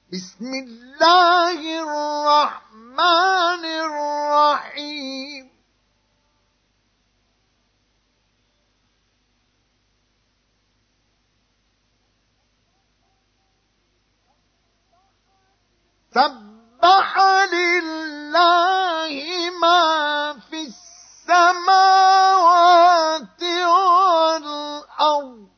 بسم الله الرحمن الرحيم سبح لله ما في السماوات والأرض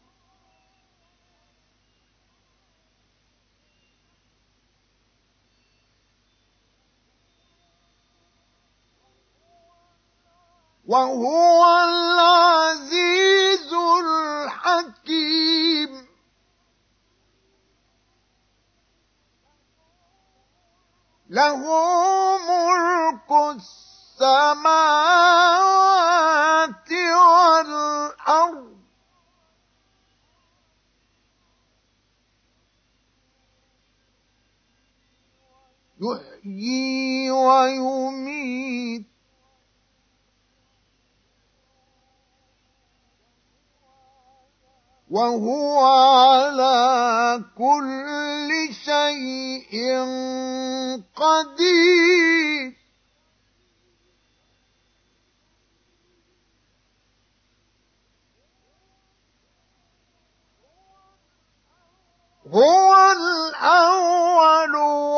وهو العزيز الحكيم له ملك السماوات والأرض يحيي ويميت وهو على كل شيء قدير هو الأول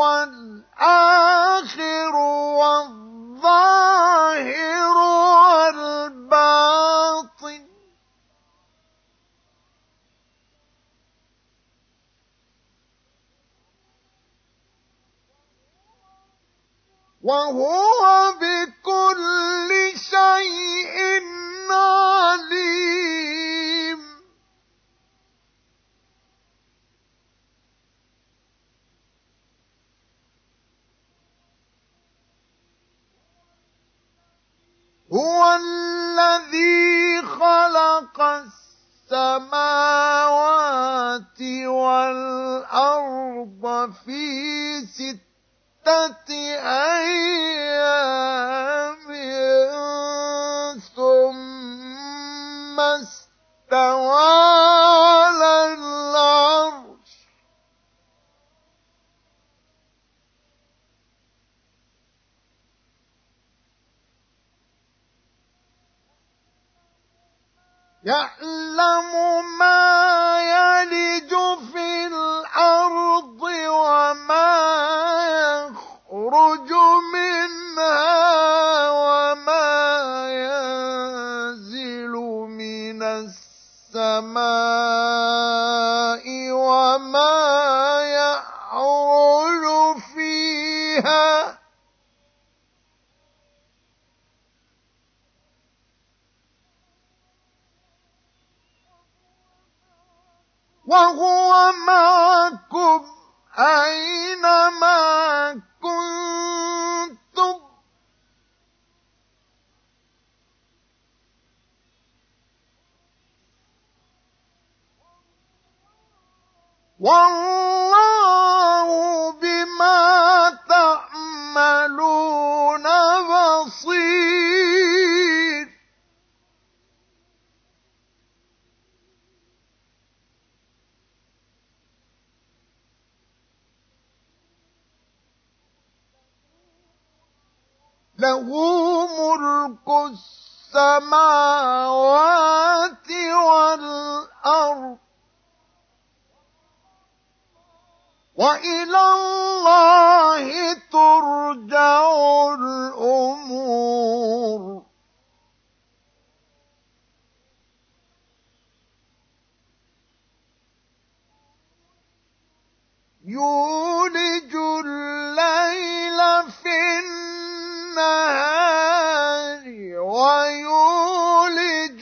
والآخر والظاهر والباطن وهو بكل شيء عليم هو الذي خلق السماوات والأرض في 6 أيام ثم استوى على العرش يعلم ما يلج في الأرض وما يخرج منها وما ينزل من السماء وما يعرج فيها وهو معكم أينما كنتم والله بما تعملون بصير له ملك السماوات والأرض وإلى الله ترجع الأمور يولج الليل في النهار ويولج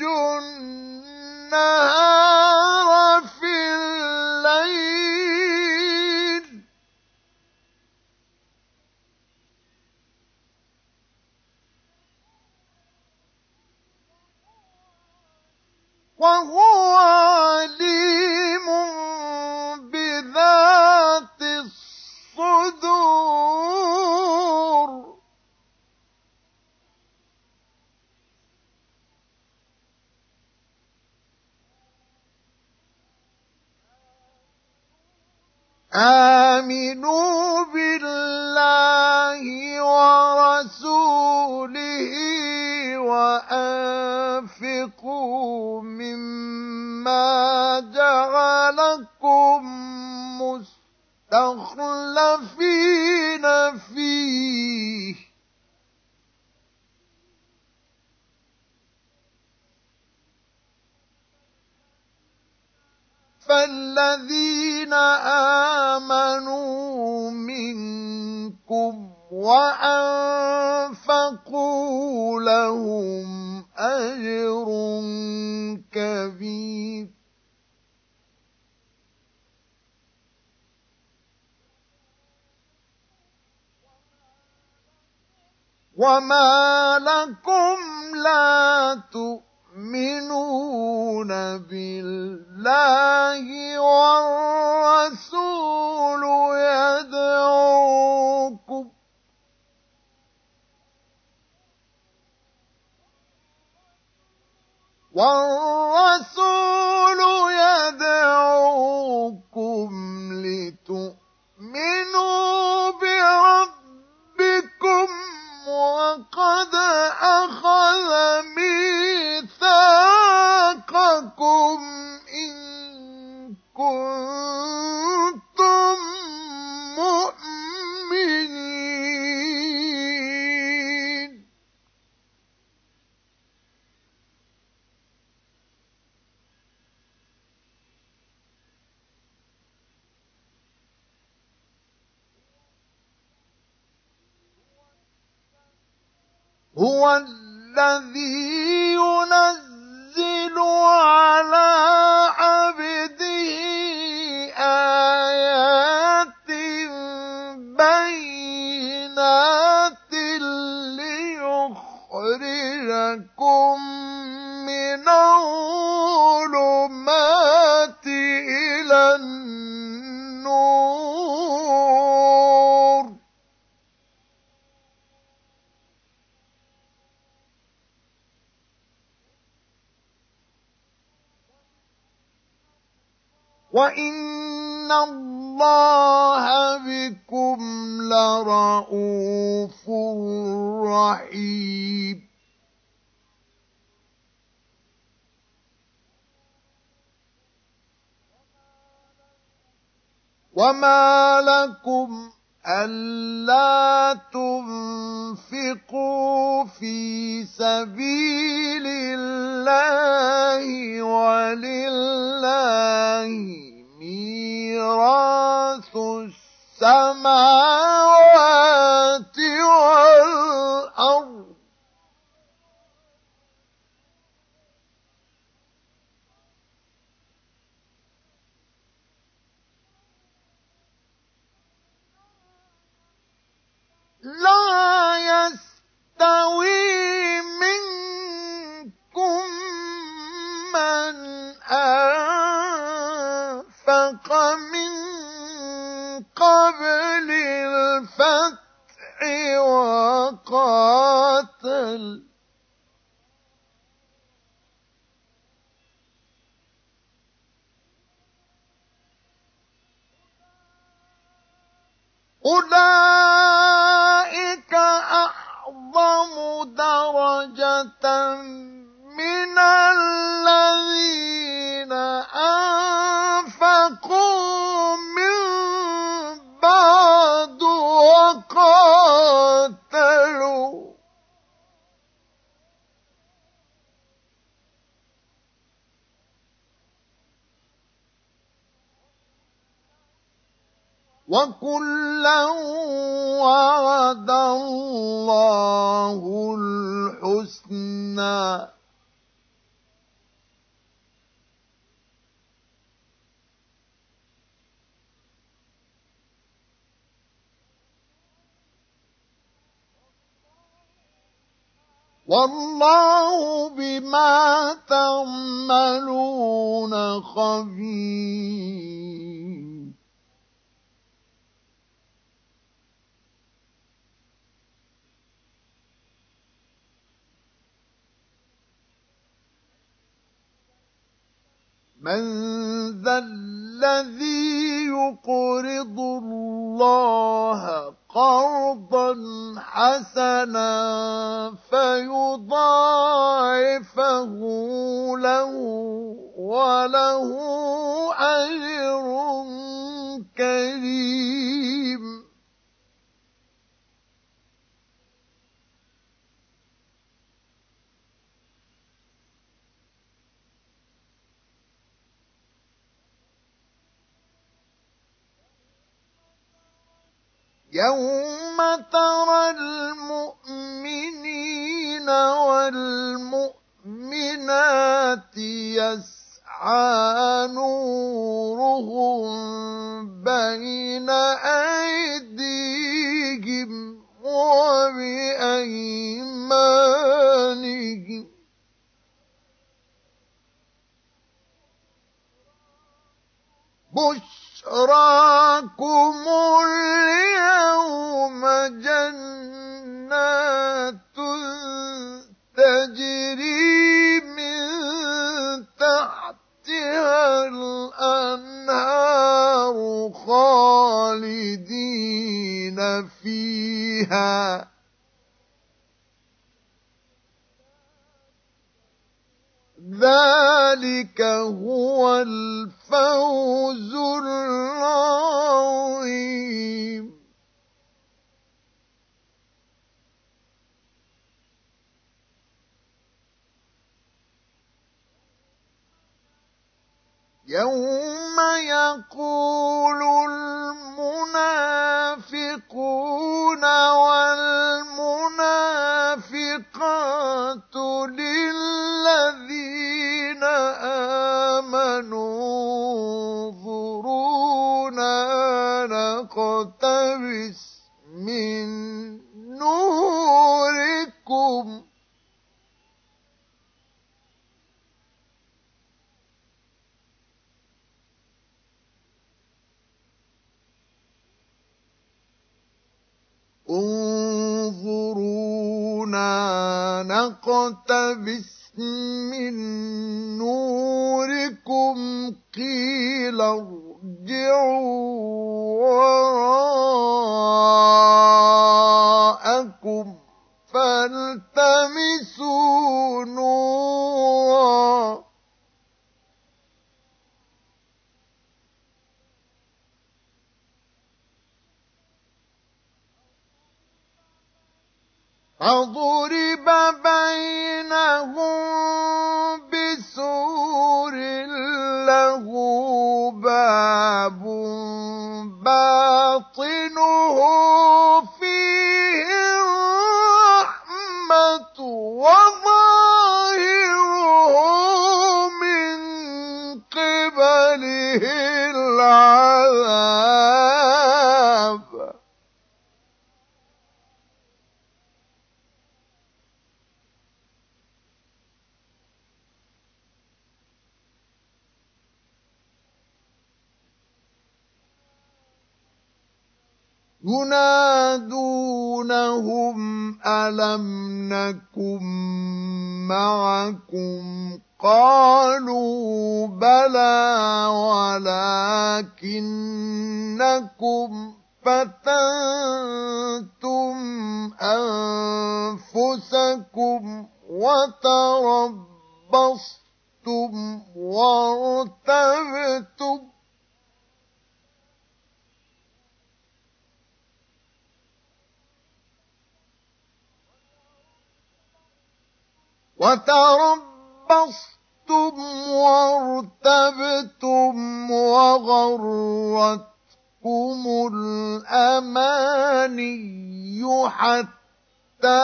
النهار في الليل وهو عليم بذات الصدور آمنوا بالله ورسوله وأنفقوا مما جعلكم مستخلفين فيه، فالذين آمنوا منكم وأنفقوا لهم أجر كبير. وما لكم لا تؤمنون بالله والرسول يدعوكم لتؤمنوا بربكم وقد أخذ ميثاقكم إن كنتم مؤمنين. هو الذي ينزل على عبده آيات بينات ليخرجكم من الظلمات إلى النور. وَإِنَّ اللَّهَ بِكُمْ لَرَءُوفٌ رَحِيمٌ. وَمَا لَكُمْ أَلَّا تُنفِقُوا فِي سَبِيلِ اللَّهِ وَلِلَّهِ مِيرَاثُ السَّمَاوَاتِ وَالْأَرْضِ، لا يستوي منكم من أنفق من قبل الفتح وقاتل، أولئك أعظم درجة من الذين أنفقوا من بعد وقاتلوا، وَكُلًّا وَعَدَ اللَّهُ الْحُسْنَىٰ ۚ وَاللَّهُ بِمَا تَعْمَلُونَ خَبِيرٌ. مَنْ ذَا الَّذِي يقرضوا الله قرضا حسنا فيضاعفه له وله أجر كريم. يوم ترى المؤمنين والمؤمنات يسعى نورهم بين أيديهم وبأيمانهم بشراكم اليوم جنات تجري من تحتها الأنهار خالدين فيها ذلك هو الفوز العظيم. يوم يقول المنافقون والمنافقات للذين آمنوا انظرونا نقتبس من نوركم انظرونا نقتبس من نوركم قيل ارجعوا وراءكم فالتمسوا نورا فضرب بينهم بسور له باب باطنه فيه الرحمة وظاهره من قبله العذاب. ينادونهم ألم نكن معكم قالوا بلى ولكنكم فتنتم أنفسكم وتربصتم وارتبتم وغرتكم الأماني حتى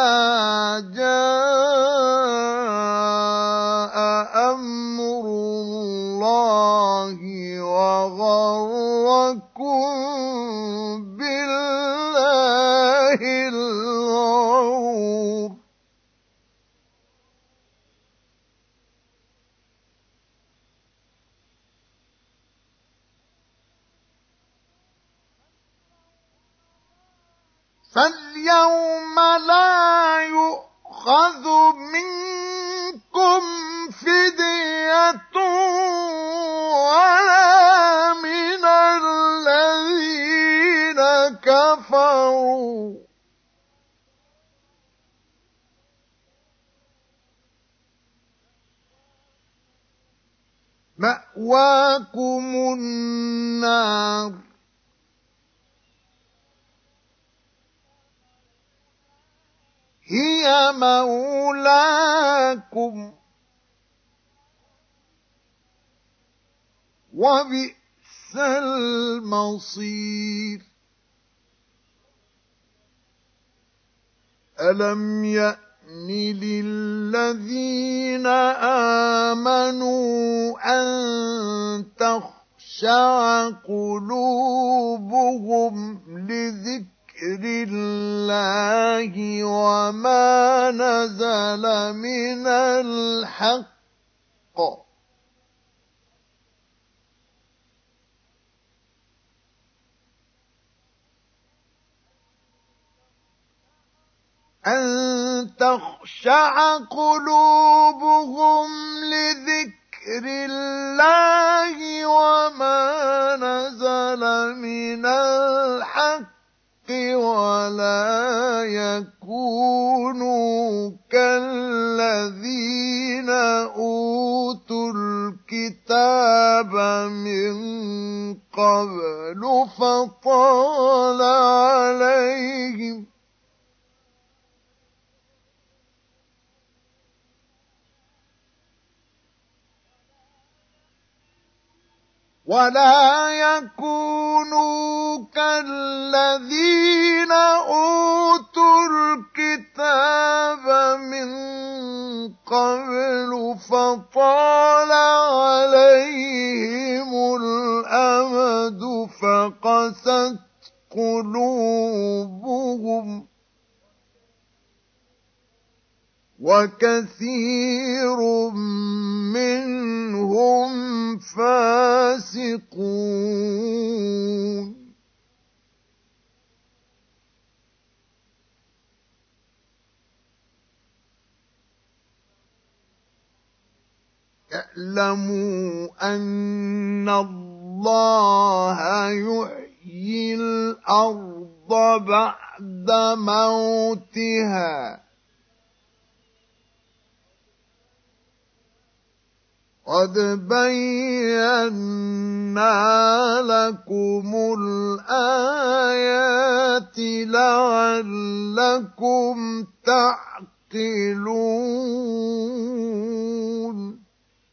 جاء أمر الله وغركم بالله الغرور. فاليوم لا يؤخذ منكم فدية ولا من الذين كفروا مأواكم النار هي مولاكم وبئس المصير ألم يأن للذين آمنوا أن تخشع قلوبهم لذكر الله وما نزل من الحق أن تخشع قلوبهم لذكر الله وما نزل من الحق ولا يكونوا كالذين أوتوا الكتاب من قبل فطال عليهم ولا يكونوا كالذين أوتوا الكتاب من قبل فطال عليهم الأمد فقست قلوبهم وكثير منهم فاسقون اعلموا أن الله يحيي الأرض بعد موتها قد بينا لكم الآيات لعلكم تعقلون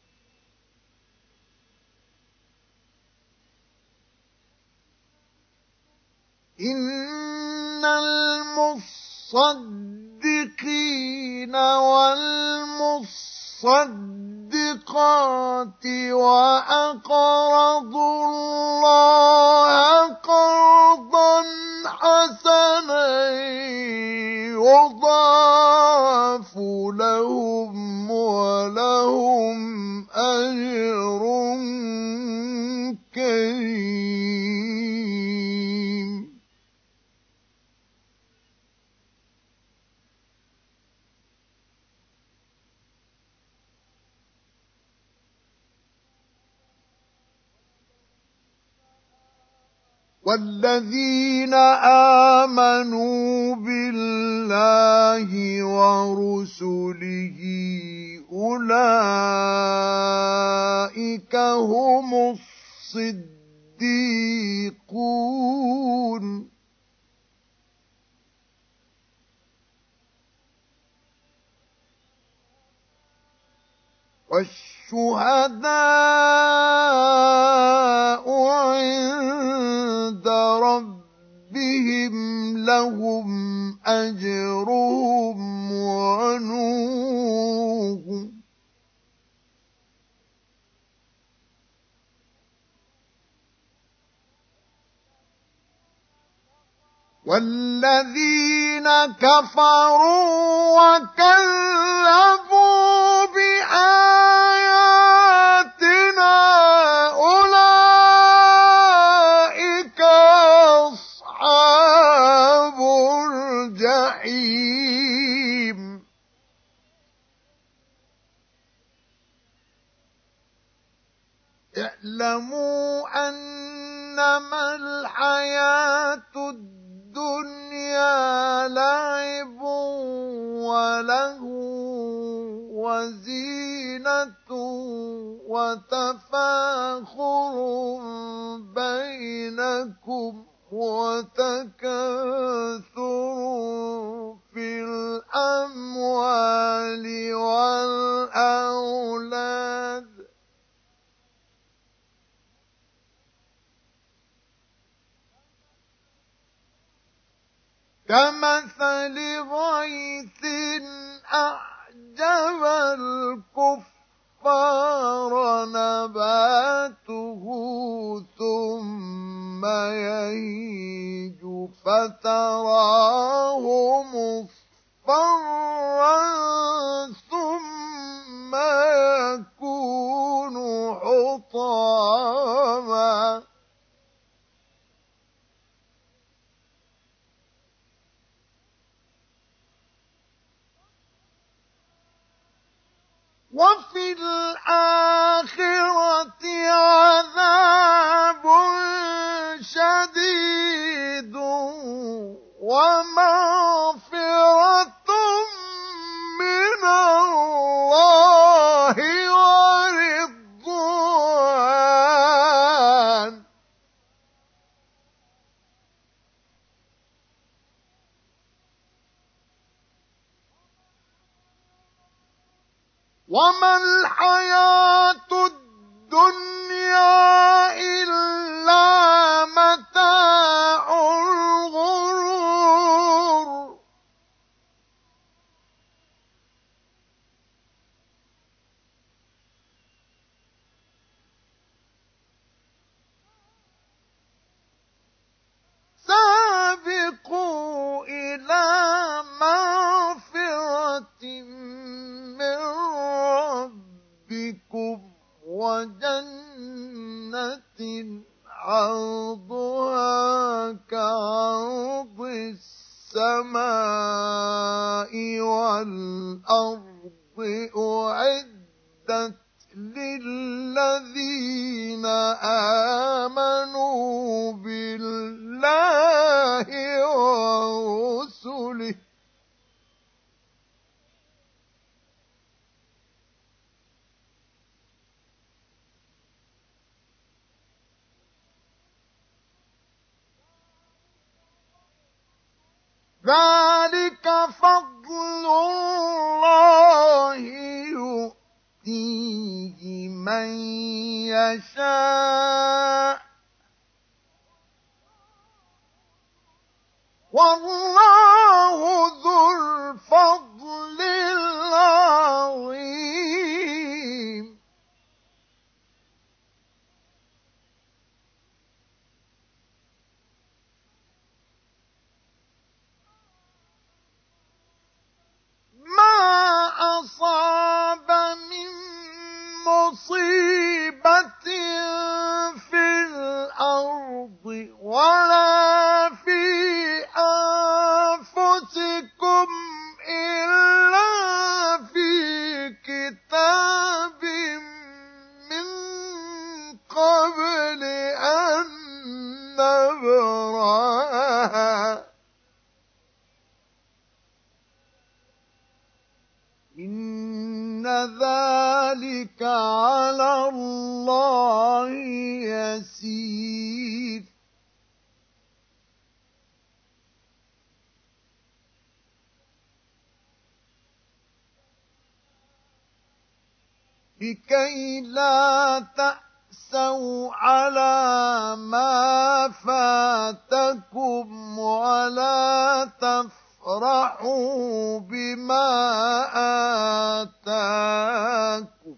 إن المصدقين والمصدقات وأقرضوا الله قرضا حسنا يضاعف لهم ولهم أجر كريم والذين آمنوا بالله ورسله أولئك هم الصديقون والشهداء عند ربهم لهم أجرهم ونورهم والذين كفروا وكذبوا بآياتنا أولئك أصحاب الجحيم اعلموا أنما الحياة الدنيا لعب ولهو وزينة وتفاخر بينكم وتكاثر في الأموال والأولاد كمثل غيث أعجب الكفار نباته ثم يهيج فتراه مصفرا ثم يكون حطاما وفي الآخرة عذاب شديد ومغفرة من الله ورضوان وما الحياة الدنيا إلا متاع الغرور سابقوا إلى مغفرة من ربكم وجنة عرضها كعرض السماء والأرض أعدت للذين آمنوا بالله ورسله ذلك فضل الله يؤتيه من يشاء والله ذو الفضل العظيم ما أصاب من مصيبة في الأرض ولا في أنفسكم إلا في كتاب من قبل أن نبرأها إن ذلك على الله يسير لكي لا تأسوا على ما فاتكم ولا تفرحوا بما آتاكم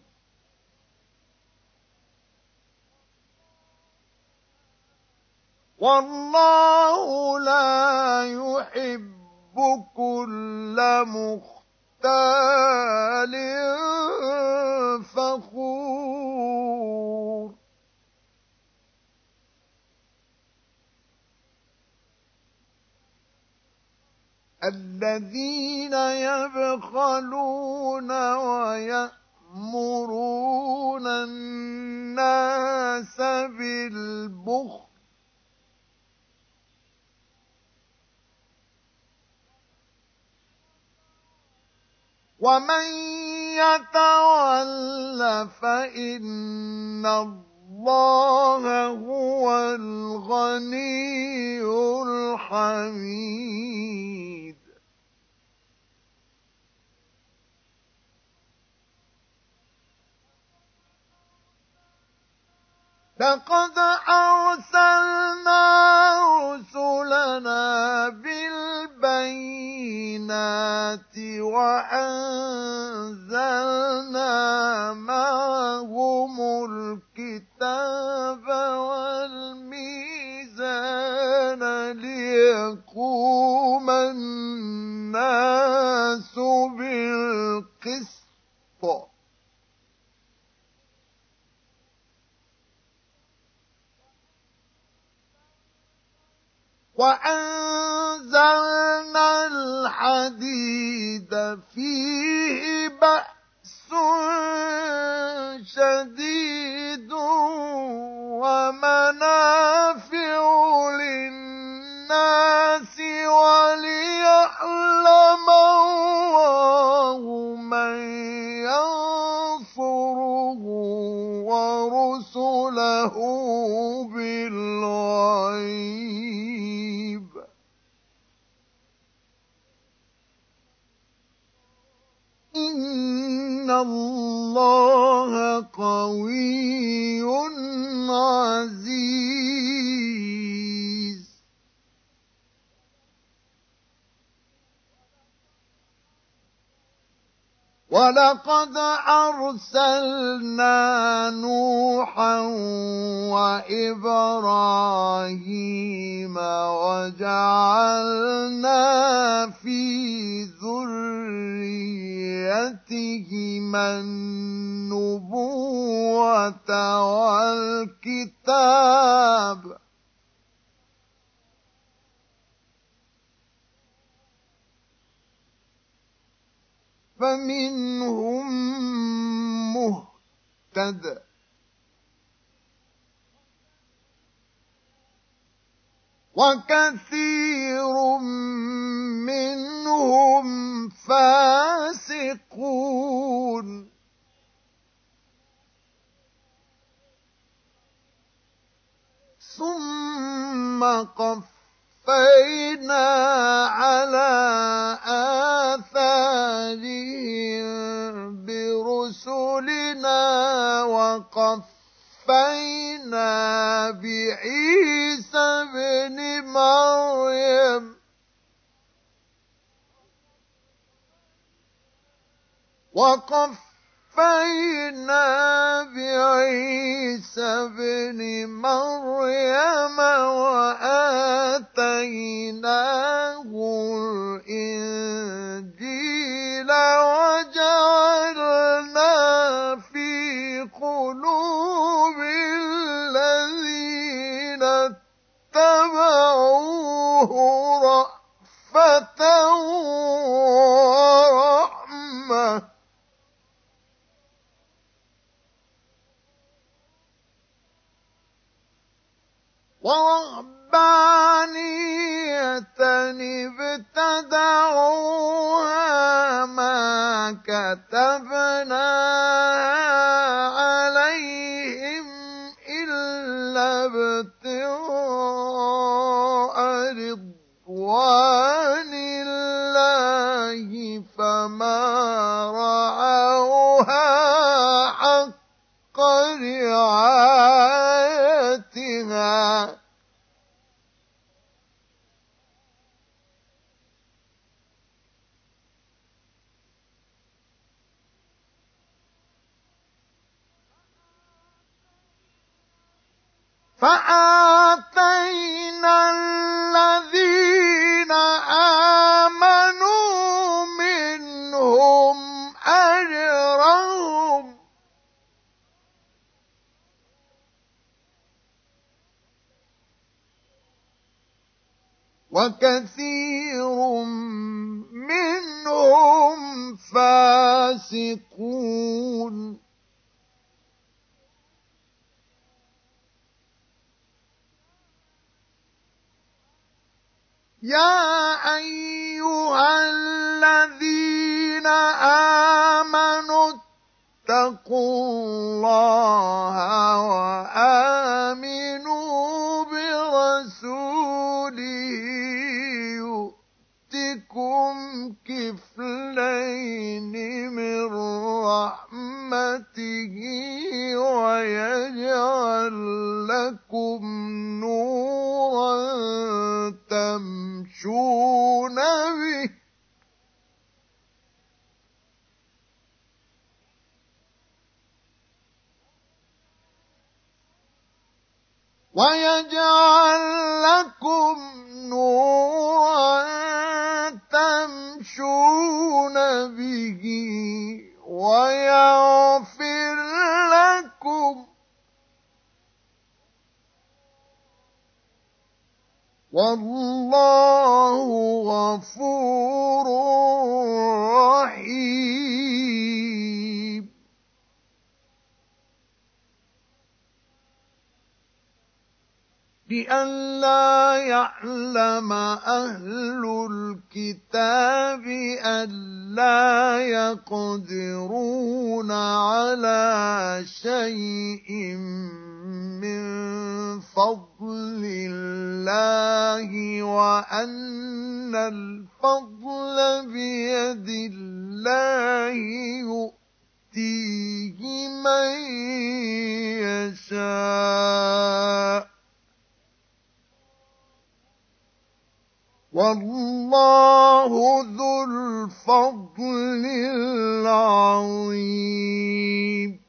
والله لا يحب كل مختال فخور الذين يبخلون ويأمرون الناس بالبخل ومن يتول فإن الله هو الغني الحميد. لقد أرسلنا رسلنا بالبينات وأنزلنا معهم الكتاب والميزان ليقوم الناس بالقسط وأنزلنا الحديد فيه بأس شديد ومنافع للناس وليعلم الله من ينصره ورسله بالغيب إن الله قوي عزيز. ولقد أرسلنا نوحا وإبراهيم وجعلنا في ذريتهما النبوة والكتاب فمنهم مهتد وكثير منهم فاسقون. ثم قفينا على آثارهم برسلنا وقفينا بعيسى ابن مريم وآتيناه الإنجيل وجعلنا في قلوب الذين اتبعوه رأفة ورحمة ورهبانية ابتدعوها ما كتبناها عليهم إلا ابتغاء رضوان الله فما رعوها حق رعايتها فآتينا الذين آمنوا منهم أجرهم وكثير منهم فاسقون. يا أيها الذين الله وآمنوا برسوله يؤتكم كفلين من رحمته ويجعل لكم نورا تمشون به ويجعل لكم نورا تمشون به ويغفر لكم والله غفور رحيم لئلا يعلم أهل الكتاب ألا يقدرون على شيء من فضل الله وأن الفضل بيد الله يؤتيه من يشاء والله ذو الفضل العظيم